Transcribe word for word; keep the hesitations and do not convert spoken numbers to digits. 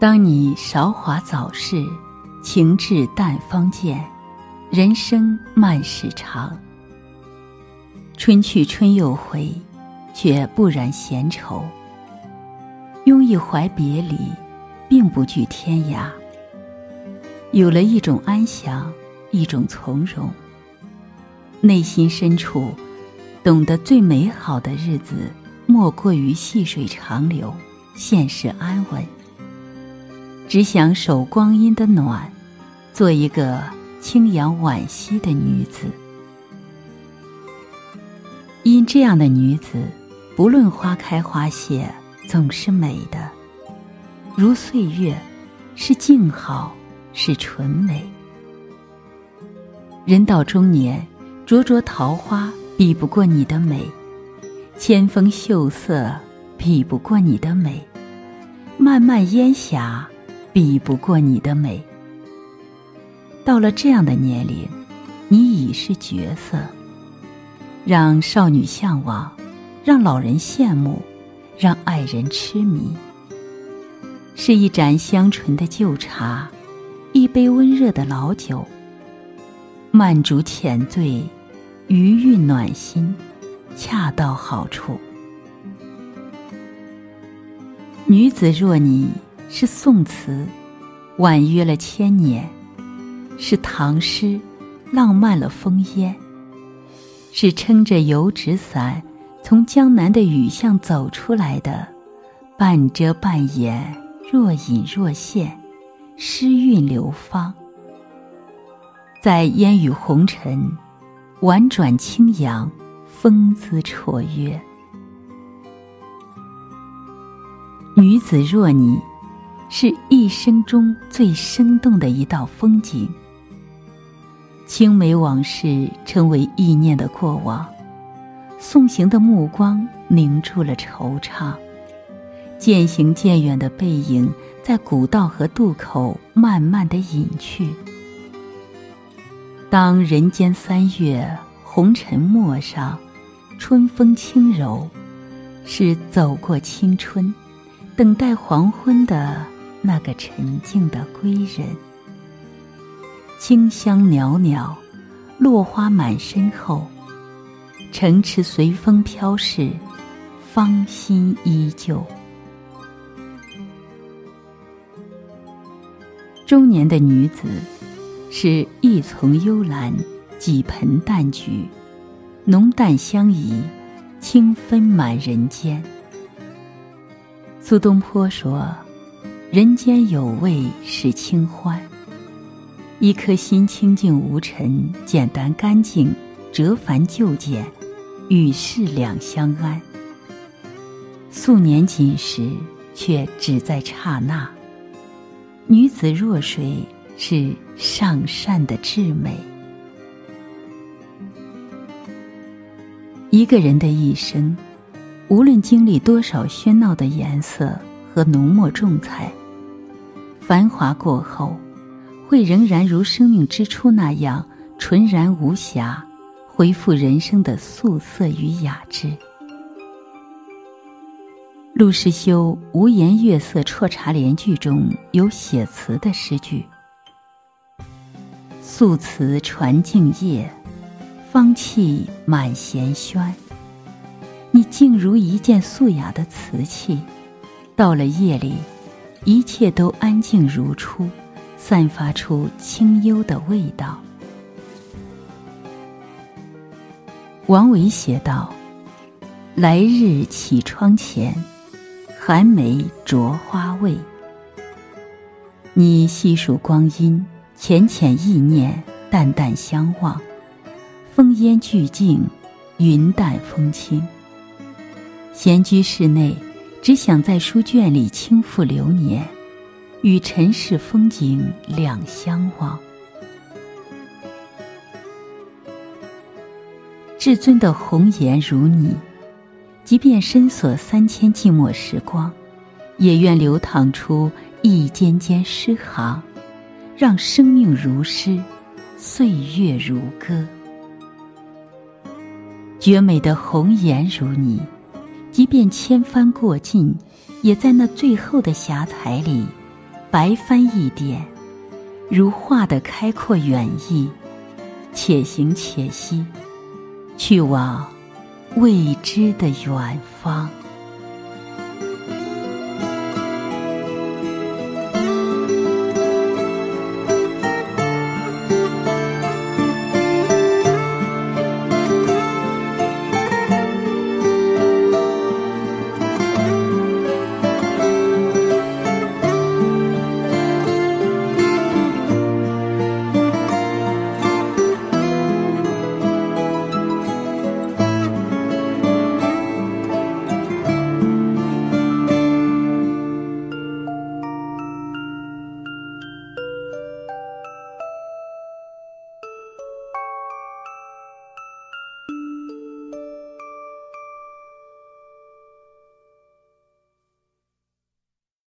当你韶华早逝，情至淡方见，人生漫时长。春去春又回，却不染闲愁。拥一怀别离，并不惧天涯。有了一种安详，一种从容。内心深处，懂得最美好的日子，莫过于细水长流，现实安稳。只想守光阴的暖，做一个清扬惋惜的女子。因这样的女子，不论花开花谢，总是美的，如岁月，是静好，是纯美。人到中年，灼灼桃花比不过你的美，千峰秀色比不过你的美，漫漫烟霞比不过你的美。到了这样的年龄，你已是绝色，让少女向往，让老人羡慕，让爱人痴迷。是一盏香醇的旧茶，一杯温热的老酒，慢煮浅醉，余韵暖心，恰到好处。女子若你，是宋词，婉约了千年；是唐诗，浪漫了烽烟；是撑着油纸伞，从江南的雨巷走出来的，半遮半掩，若隐若现，诗韵流芳。在烟雨红尘，婉转轻扬，风姿绰约。女子若你，是一生中最生动的一道风景。青梅往事成为忆念的过往，送行的目光凝住了惆怅，渐行渐远的背影在古道和渡口慢慢地隐去。当人间三月，红尘陌上，春风轻柔，是走过青春，等待黄昏的那个沉静的归人。清香袅袅，落花满身后，城池随风飘逝，芳心依旧。中年的女子，是一丛幽兰，几盆淡菊，浓淡相宜，清芬满人间。苏东坡说，人间有味是清欢。一颗心清净无尘，简单干净，折繁就简，与世两相安。素年锦时，却只在刹那。女子若水，是上善的至美。一个人的一生，无论经历多少喧闹的颜色和浓墨重彩，繁华过后，会仍然如生命之初那样纯然无瑕，恢复人生的素色与雅致。陆师修《无言月色啜茶联句》中有写词的诗句：素瓷传静夜，芳气满弦轩。你静如一件素雅的瓷器，到了夜里，一切都安静如初，散发出清幽的味道。王维写道：来日绮窗前，寒梅着花味。你细数光阴，浅浅意念，淡淡相望，风烟俱静，云淡风轻。闲居室内，只想在书卷里轻抚流年，与尘世风景两相望。至尊的红颜如你，即便深锁三千寂寞时光，也愿流淌出一间间诗行，让生命如诗，岁月如歌。绝美的红颜如你，即便千帆过尽，也在那最后的霞彩里， 白帆一点，如画的开阔远意，且行且惜，去往未知的远方。